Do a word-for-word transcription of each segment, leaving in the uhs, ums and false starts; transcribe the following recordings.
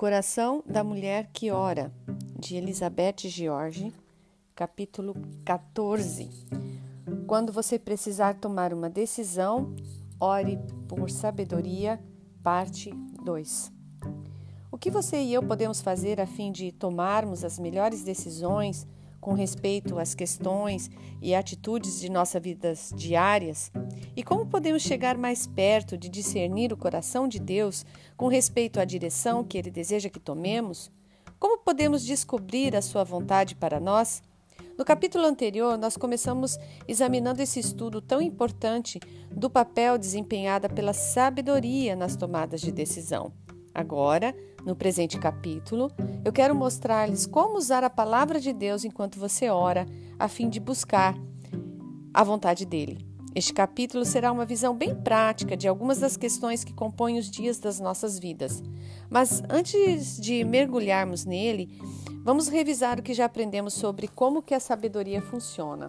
Coração da Mulher que Ora, de Elizabeth George, capítulo quatorze. Quando você precisar tomar uma decisão, ore por sabedoria, parte dois. O que você e eu podemos fazer a fim de tomarmos as melhores decisões com respeito às questões e atitudes de nossas vidas diárias? E como podemos chegar mais perto de discernir o coração de Deus com respeito à direção que Ele deseja que tomemos? Como podemos descobrir a sua vontade para nós? No capítulo anterior, nós começamos examinando esse estudo tão importante do papel desempenhado pela sabedoria nas tomadas de decisão. Agora, no presente capítulo, eu quero mostrar-lhes como usar a palavra de Deus enquanto você ora, a fim de buscar a vontade dele. Este capítulo será uma visão bem prática de algumas das questões que compõem os dias das nossas vidas. Mas antes de mergulharmos nele, vamos revisar o que já aprendemos sobre como que a sabedoria funciona.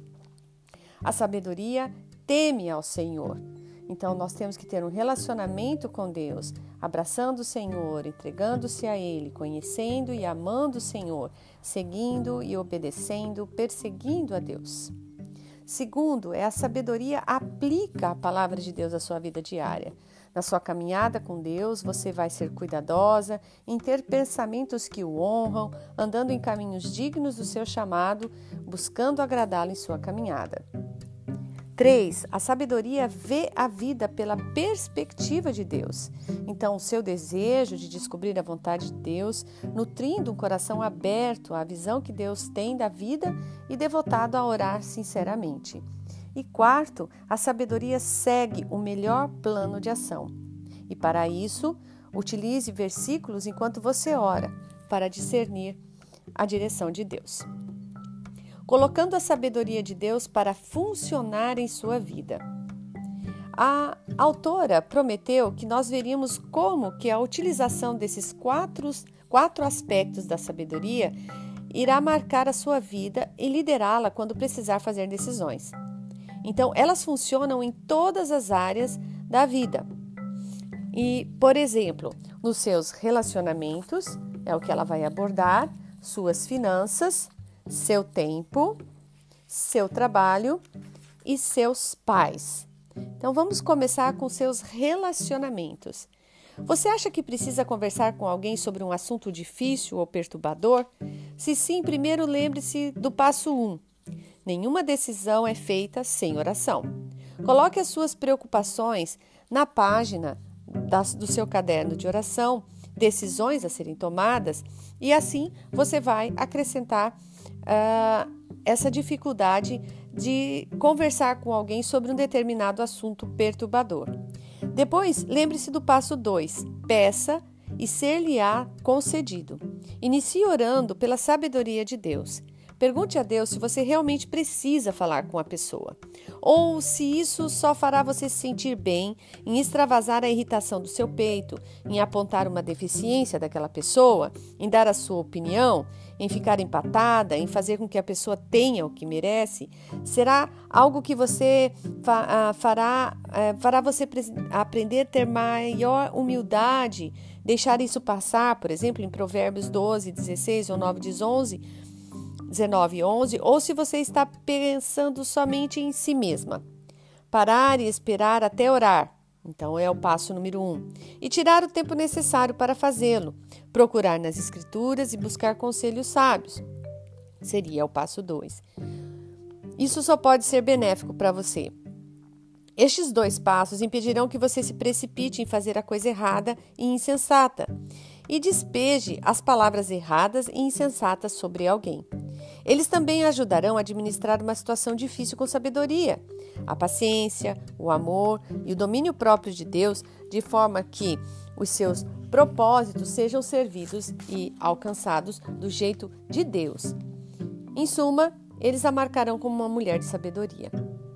A sabedoria teme ao Senhor. Então, nós temos que ter um relacionamento com Deus, abraçando o Senhor, entregando-se a Ele, conhecendo e amando o Senhor, seguindo e obedecendo, perseguindo a Deus. Segundo, é a sabedoria aplica a palavra de Deus à sua vida diária. Na sua caminhada com Deus, você vai ser cuidadosa em ter pensamentos que o honram, andando em caminhos dignos do seu chamado, buscando agradá-lo em sua caminhada. três. A sabedoria vê a vida pela perspectiva de Deus. Então, o seu desejo de descobrir a vontade de Deus, nutrindo um coração aberto à visão que Deus tem da vida e devotado a orar sinceramente. E quarto, a sabedoria segue o melhor plano de ação. E para isso, utilize versículos enquanto você ora, para discernir a direção de Deus, colocando a sabedoria de Deus para funcionar em sua vida. A autora prometeu que nós veríamos como que a utilização desses quatro, quatro aspectos da sabedoria irá marcar a sua vida e liderá-la quando precisar fazer decisões. Então, elas funcionam em todas as áreas da vida. E, por exemplo, nos seus relacionamentos, é o que ela vai abordar, suas finanças, seu tempo, seu trabalho e seus pais. Então, vamos começar com seus relacionamentos. Você acha que precisa conversar com alguém sobre um assunto difícil ou perturbador? Se sim, primeiro lembre-se do passo um. Nenhuma decisão é feita sem oração. Coloque as suas preocupações na página das, do seu caderno de oração, decisões a serem tomadas, e assim você vai acrescentar uh, essa dificuldade de conversar com alguém sobre um determinado assunto perturbador. Depois, lembre-se do passo dois, peça e ser-lhe-á concedido. Inicie orando pela sabedoria de Deus. Pergunte a Deus se você realmente precisa falar com a pessoa, ou se isso só fará você se sentir bem em extravasar a irritação do seu peito, em apontar uma deficiência daquela pessoa, em dar a sua opinião, em ficar empatada, em fazer com que a pessoa tenha o que merece. Será algo que você fa- fará, fará você aprender a ter maior humildade, deixar isso passar, por exemplo, em Provérbios doze, dezesseis ou nove, onze, dezenove, onze, ou se você está pensando somente em si mesma. Parar e esperar até orar. Então, é o passo número um. E tirar o tempo necessário para fazê-lo. Procurar nas escrituras e buscar conselhos sábios. Seria o passo dois. Isso só pode ser benéfico para você. Estes dois passos impedirão que você se precipite em fazer a coisa errada e insensata, e despeje as palavras erradas e insensatas sobre alguém. Eles também ajudarão a administrar uma situação difícil com sabedoria, a paciência, o amor e o domínio próprio de Deus, de forma que os seus propósitos sejam servidos e alcançados do jeito de Deus. Em suma, eles a marcarão como uma mulher de sabedoria.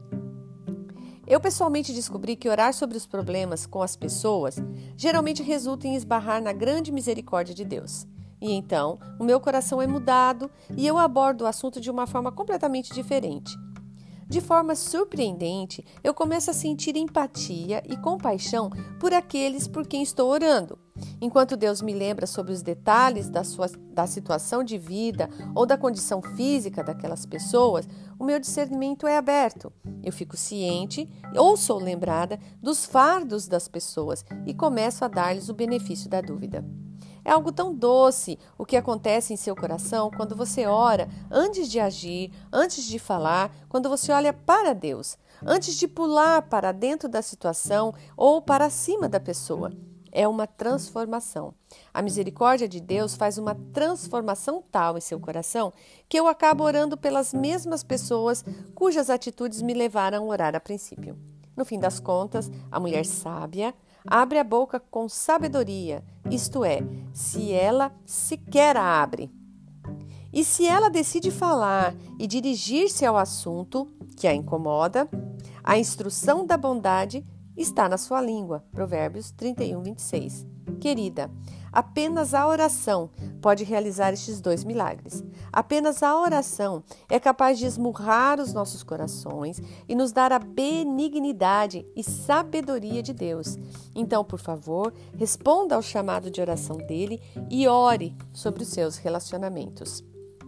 Eu pessoalmente descobri que orar sobre os problemas com as pessoas geralmente resulta em esbarrar na grande misericórdia de Deus. E então, o meu coração é mudado e eu abordo o assunto de uma forma completamente diferente. De forma surpreendente, eu começo a sentir empatia e compaixão por aqueles por quem estou orando. Enquanto Deus me lembra sobre os detalhes da, sua, da situação de vida ou da condição física daquelas pessoas, o meu discernimento é aberto. Eu fico ciente ou sou lembrada dos fardos das pessoas e começo a dar-lhes o benefício da dúvida. É algo tão doce o que acontece em seu coração quando você ora antes de agir, antes de falar, quando você olha para Deus, antes de pular para dentro da situação ou para cima da pessoa. É uma transformação. A misericórdia de Deus faz uma transformação tal em seu coração que eu acabo orando pelas mesmas pessoas cujas atitudes me levaram a orar a princípio. No fim das contas, a mulher sábia abre a boca com sabedoria, isto é, se ela sequer a abre. E se ela decide falar e dirigir-se ao assunto que a incomoda, a instrução da bondade está na sua língua. Provérbios trinta e um, vinte e seis. Querida, apenas a oração pode realizar estes dois milagres. Apenas a oração é capaz de esmurrar os nossos corações e nos dar a benignidade e sabedoria de Deus. Então, por favor, responda ao chamado de oração dele e ore sobre os seus relacionamentos.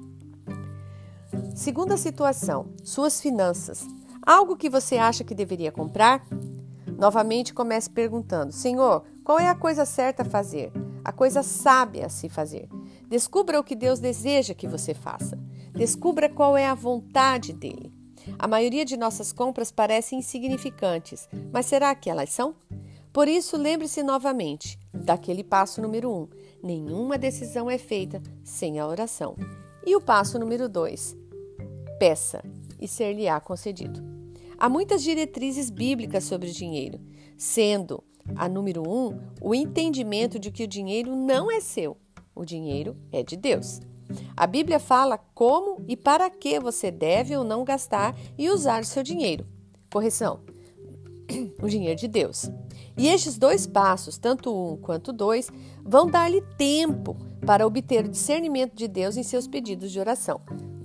Segunda situação, suas finanças. Algo que você acha que deveria comprar? Novamente comece perguntando: Senhor, qual é a coisa certa a fazer? A coisa sábia a se fazer? Descubra o que Deus deseja que você faça. Descubra qual é a vontade dele. A maioria de nossas compras parecem insignificantes, mas será que elas são? Por isso, lembre-se novamente daquele passo número um. Nenhuma decisão é feita sem a oração. E o passo número dois. Peça e ser-lhe-á concedido. Há muitas diretrizes bíblicas sobre o dinheiro, sendo a número um o entendimento de que o dinheiro não é seu, o dinheiro é de Deus. A Bíblia fala como e para que você deve ou não gastar e usar o seu dinheiro. Correção, o dinheiro de Deus. E estes dois passos, tanto um quanto dois, vão dar-lhe tempo para obter o discernimento de Deus em seus pedidos de oração.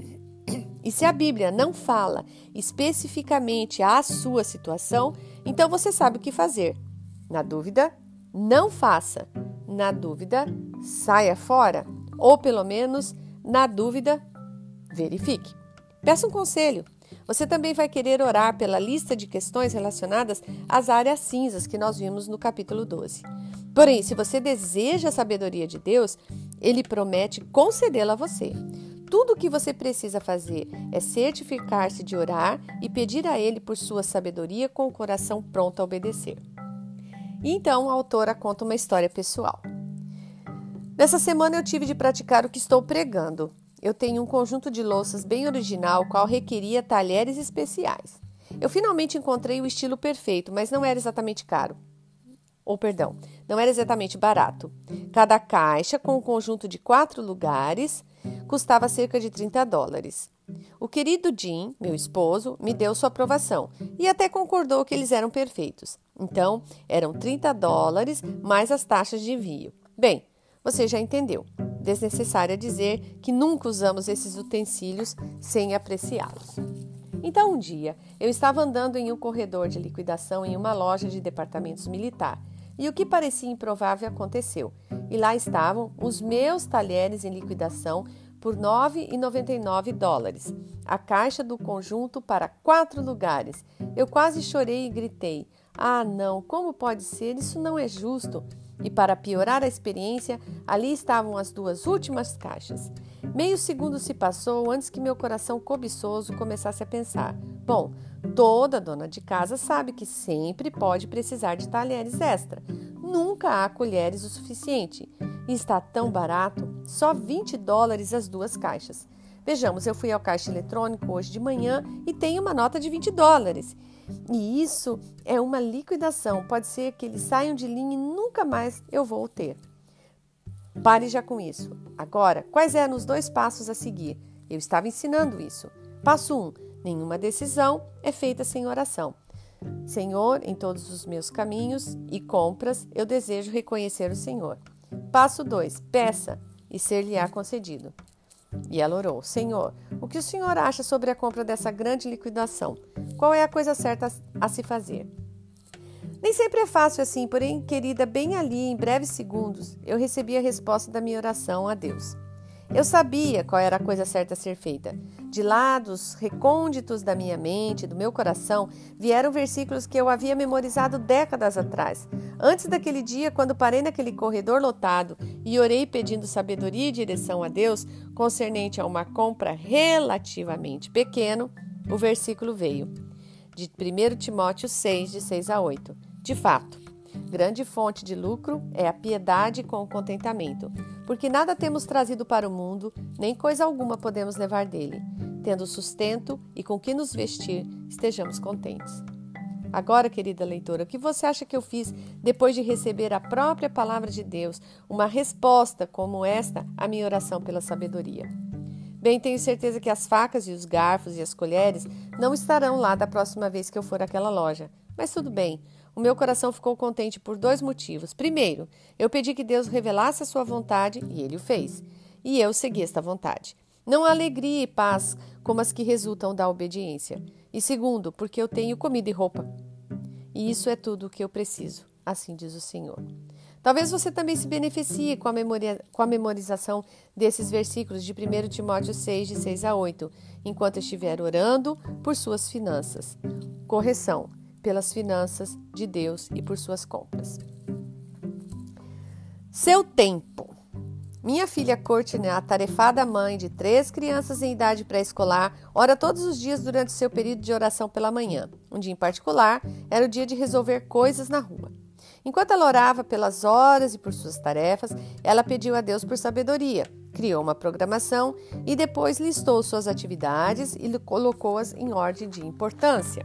E se a Bíblia não fala especificamente à sua situação, então você sabe o que fazer. Na dúvida, não faça. Na dúvida, saia fora. Ou, pelo menos, na dúvida, verifique. Peça um conselho. Você também vai querer orar pela lista de questões relacionadas às áreas cinzas que nós vimos no capítulo doze. Porém, se você deseja a sabedoria de Deus, Ele promete concedê-la a você. Tudo o que você precisa fazer é certificar-se de orar e pedir a Ele por sua sabedoria com o coração pronto a obedecer. E então a autora conta uma história pessoal. Nessa semana eu tive de praticar o que estou pregando. Eu tenho um conjunto de louças bem original, qual requeria talheres especiais. Eu finalmente encontrei o estilo perfeito, mas não era exatamente caro. Ou, perdão, não era exatamente barato. Cada caixa, com um conjunto de quatro lugares, custava cerca de trinta dólares. O querido Jim, meu esposo, me deu sua aprovação e até concordou que eles eram perfeitos. Então, eram trinta dólares mais as taxas de envio. Bem, você já entendeu. Desnecessário dizer que nunca usamos esses utensílios sem apreciá-los. Então, um dia, eu estava andando em um corredor de liquidação em uma loja de departamentos militar. E o que parecia improvável aconteceu. E lá estavam os meus talheres em liquidação por nove reais e noventa e nove dólares. A caixa do conjunto para quatro lugares. Eu quase chorei e gritei: ah, não, como pode ser? Isso não é justo. E para piorar a experiência, ali estavam as duas últimas caixas. Meio segundo se passou antes que meu coração cobiçoso começasse a pensar: bom, toda dona de casa sabe que sempre pode precisar de talheres extra. Nunca há colheres o suficiente. E está tão barato, só vinte dólares as duas caixas. Vejamos, eu fui ao caixa eletrônico hoje de manhã e tenho uma nota de vinte dólares. E isso é uma liquidação. Pode ser que eles saiam de linha e nunca mais eu vou ter. Pare já com isso. Agora, quais eram os dois passos a seguir? Eu estava ensinando isso. Passo um. Nenhuma decisão é feita sem oração. Senhor, em todos os meus caminhos e compras, eu desejo reconhecer o Senhor. Passo dois. Peça e ser-lhe-á concedido. E ela orou: Senhor, o que o Senhor acha sobre a compra dessa grande liquidação? Qual é a coisa certa a se fazer? Nem sempre é fácil assim, porém, querida, bem ali, em breves segundos, eu recebi a resposta da minha oração a Deus. Eu sabia qual era a coisa certa a ser feita. De lá dos recônditos da minha mente, do meu coração, vieram versículos que eu havia memorizado décadas atrás. Antes daquele dia, quando parei naquele corredor lotado e orei pedindo sabedoria e direção a Deus concernente a uma compra relativamente pequena, o versículo veio, de primeiro Timóteo seis, de seis a oito. De fato, grande fonte de lucro é a piedade com o contentamento, porque nada temos trazido para o mundo, nem coisa alguma podemos levar dele. Tendo sustento e com que nos vestir, estejamos contentes. Agora, querida leitora, o que você acha que eu fiz depois de receber a própria palavra de Deus, uma resposta como esta à minha oração pela sabedoria? Bem, tenho certeza que as facas e os garfos e as colheres não estarão lá da próxima vez que eu for àquela loja. Mas tudo bem, o meu coração ficou contente por dois motivos. Primeiro, eu pedi que Deus revelasse a sua vontade e Ele o fez. E eu segui esta vontade. Não há alegria e paz como as que resultam da obediência. E segundo, porque eu tenho comida e roupa. E isso é tudo o que eu preciso, assim diz o Senhor. Talvez você também se beneficie com a, memoria, com a memorização desses versículos de primeiro Timóteo seis, de seis a oito, enquanto estiver orando por suas finanças. Correção, pelas finanças de Deus e por suas compras. Seu tempo. Minha filha Courtney, a atarefada mãe de três crianças em idade pré-escolar, ora todos os dias durante seu período de oração pela manhã. Um dia em particular era o dia de resolver coisas na rua. Enquanto ela orava pelas horas e por suas tarefas, ela pediu a Deus por sabedoria, criou uma programação e depois listou suas atividades e colocou-as em ordem de importância.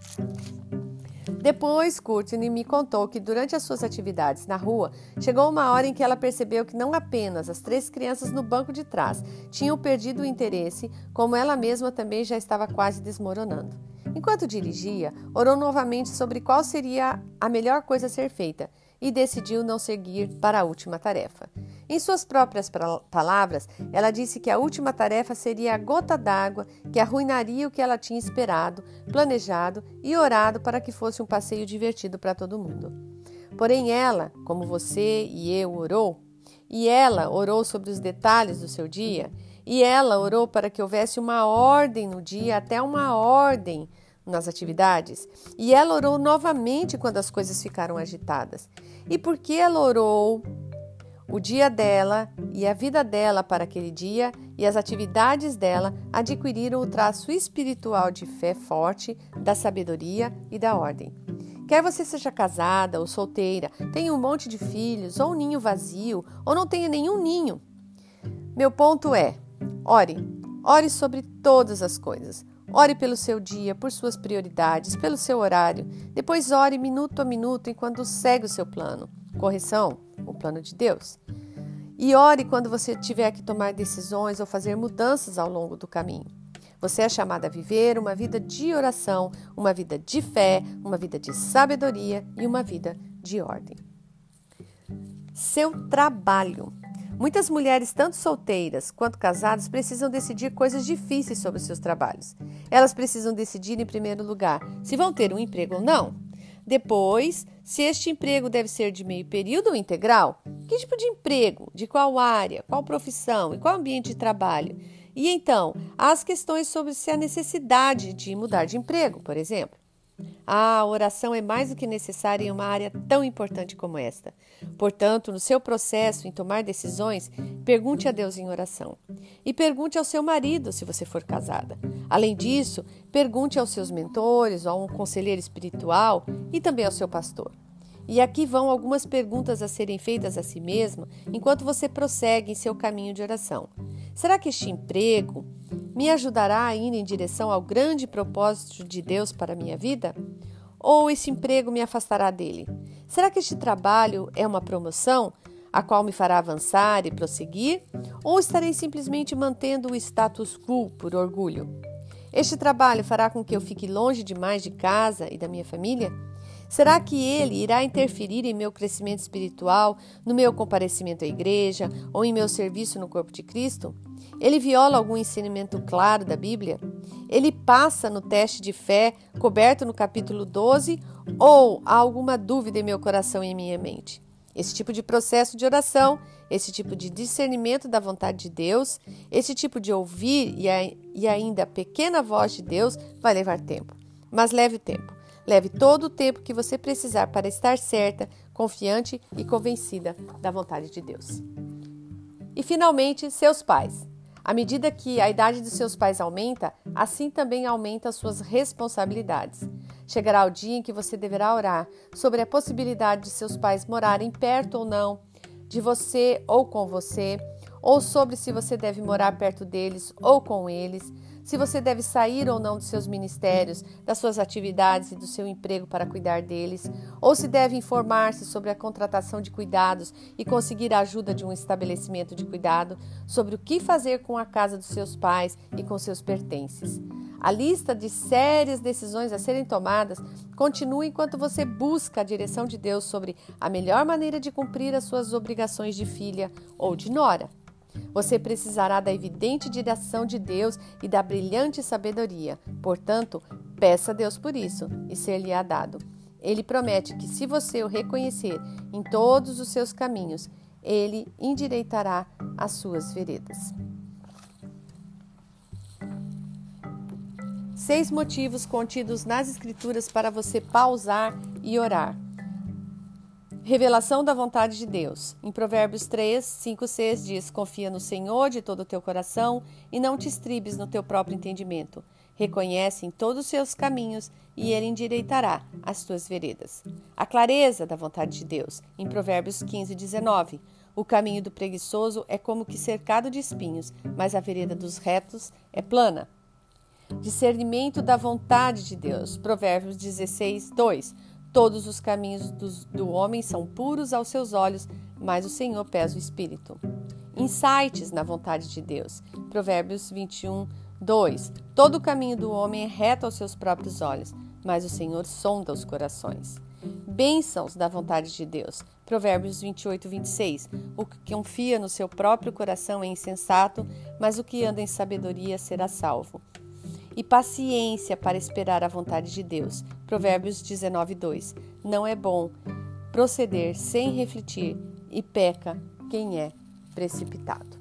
Depois, Courtney me contou que durante as suas atividades na rua, chegou uma hora em que ela percebeu que não apenas as três crianças no banco de trás tinham perdido o interesse, como ela mesma também já estava quase desmoronando. Enquanto dirigia, orou novamente sobre qual seria a melhor coisa a ser feita e decidiu não seguir para a última tarefa. Em suas próprias palavras, ela disse que a última tarefa seria a gota d'água que arruinaria o que ela tinha esperado, planejado e orado para que fosse um passeio divertido para todo mundo. Porém ela, como você e eu orou, e ela orou sobre os detalhes do seu dia, e ela orou para que houvesse uma ordem no dia, até uma ordem nas atividades, e ela orou novamente quando as coisas ficaram agitadas. E porque ela orou o dia dela e a vida dela para aquele dia e as atividades dela adquiriram o traço espiritual de fé forte, da sabedoria e da ordem. Quer você seja casada ou solteira, tenha um monte de filhos, ou um ninho vazio, ou não tenha nenhum ninho. Meu ponto é, ore, ore sobre todas as coisas. Ore pelo seu dia, por suas prioridades, pelo seu horário. Depois ore minuto a minuto enquanto segue o seu plano. Correção, o plano de Deus. E ore quando você tiver que tomar decisões ou fazer mudanças ao longo do caminho. Você é chamada a viver uma vida de oração, uma vida de fé, uma vida de sabedoria e uma vida de ordem. Seu trabalho. Muitas mulheres, tanto solteiras quanto casadas, precisam decidir coisas difíceis sobre seus trabalhos. Elas precisam decidir, em primeiro lugar, se vão ter um emprego ou não. Depois, se este emprego deve ser de meio período ou integral. Que tipo de emprego? De qual área? Qual profissão? E qual ambiente de trabalho? E então, há as questões sobre se há necessidade de mudar de emprego, por exemplo. Ah, a oração é mais do que necessária em uma área tão importante como esta. Portanto, no seu processo em tomar decisões, pergunte a Deus em oração. E pergunte ao seu marido, se você for casada. Além disso, pergunte aos seus mentores, ou a um conselheiro espiritual e também ao seu pastor. E aqui vão algumas perguntas a serem feitas a si mesma enquanto você prossegue em seu caminho de oração. Será que este emprego me ajudará a ir em direção ao grande propósito de Deus para a minha vida? Ou esse emprego me afastará dele? Será que este trabalho é uma promoção, a qual me fará avançar e prosseguir? Ou estarei simplesmente mantendo o status quo por orgulho? Este trabalho fará com que eu fique longe demais de casa e da minha família? Será que ele irá interferir em meu crescimento espiritual, no meu comparecimento à igreja ou em meu serviço no corpo de Cristo? Ele viola algum ensinamento claro da Bíblia? Ele passa no teste de fé coberto no capítulo doze ou há alguma dúvida em meu coração e em minha mente? Esse tipo de processo de oração, esse tipo de discernimento da vontade de Deus, esse tipo de ouvir e, a, e ainda a pequena voz de Deus vai levar tempo. Mas leve o tempo. Leve todo o tempo que você precisar para estar certa, confiante e convencida da vontade de Deus. E, finalmente, seus pais. À medida que a idade dos seus pais aumenta, assim também aumenta as suas responsabilidades. Chegará o dia em que você deverá orar sobre a possibilidade de seus pais morarem perto ou não, de você ou com você, ou sobre se você deve morar perto deles ou com eles, se você deve sair ou não dos seus ministérios, das suas atividades e do seu emprego para cuidar deles, ou se deve informar-se sobre a contratação de cuidados e conseguir a ajuda de um estabelecimento de cuidado, sobre o que fazer com a casa dos seus pais e com seus pertences. A lista de sérias decisões a serem tomadas continua enquanto você busca a direção de Deus sobre a melhor maneira de cumprir as suas obrigações de filha ou de nora. Você precisará da evidente direção de Deus e da brilhante sabedoria. Portanto, peça a Deus por isso e ser-lhe-á dado. Ele promete que, se você o reconhecer em todos os seus caminhos, ele endireitará as suas veredas. Seis motivos contidos nas Escrituras para você pausar e orar. Revelação da vontade de Deus. Em Provérbios três, cinco, seis diz: confia no Senhor de todo o teu coração e não te estribes no teu próprio entendimento. Reconhece em todos os seus caminhos e ele endireitará as tuas veredas. A clareza da vontade de Deus. Em Provérbios quinze, dezenove. O caminho do preguiçoso é como que cercado de espinhos, mas a vereda dos retos é plana. Discernimento da vontade de Deus. Provérbios dezesseis, dois. Todos os caminhos do, do homem são puros aos seus olhos, mas o Senhor pesa o espírito. Insights na vontade de Deus. Provérbios vinte e um, dois. Todo o caminho do homem é reto aos seus próprios olhos, mas o Senhor sonda os corações. Bênçãos da vontade de Deus. Provérbios vinte e oito, vinte e seis. O que confia no seu próprio coração é insensato, mas o que anda em sabedoria será salvo. E paciência para esperar a vontade de Deus. Provérbios dezenove, dois. Não é bom proceder sem refletir, e peca quem é precipitado.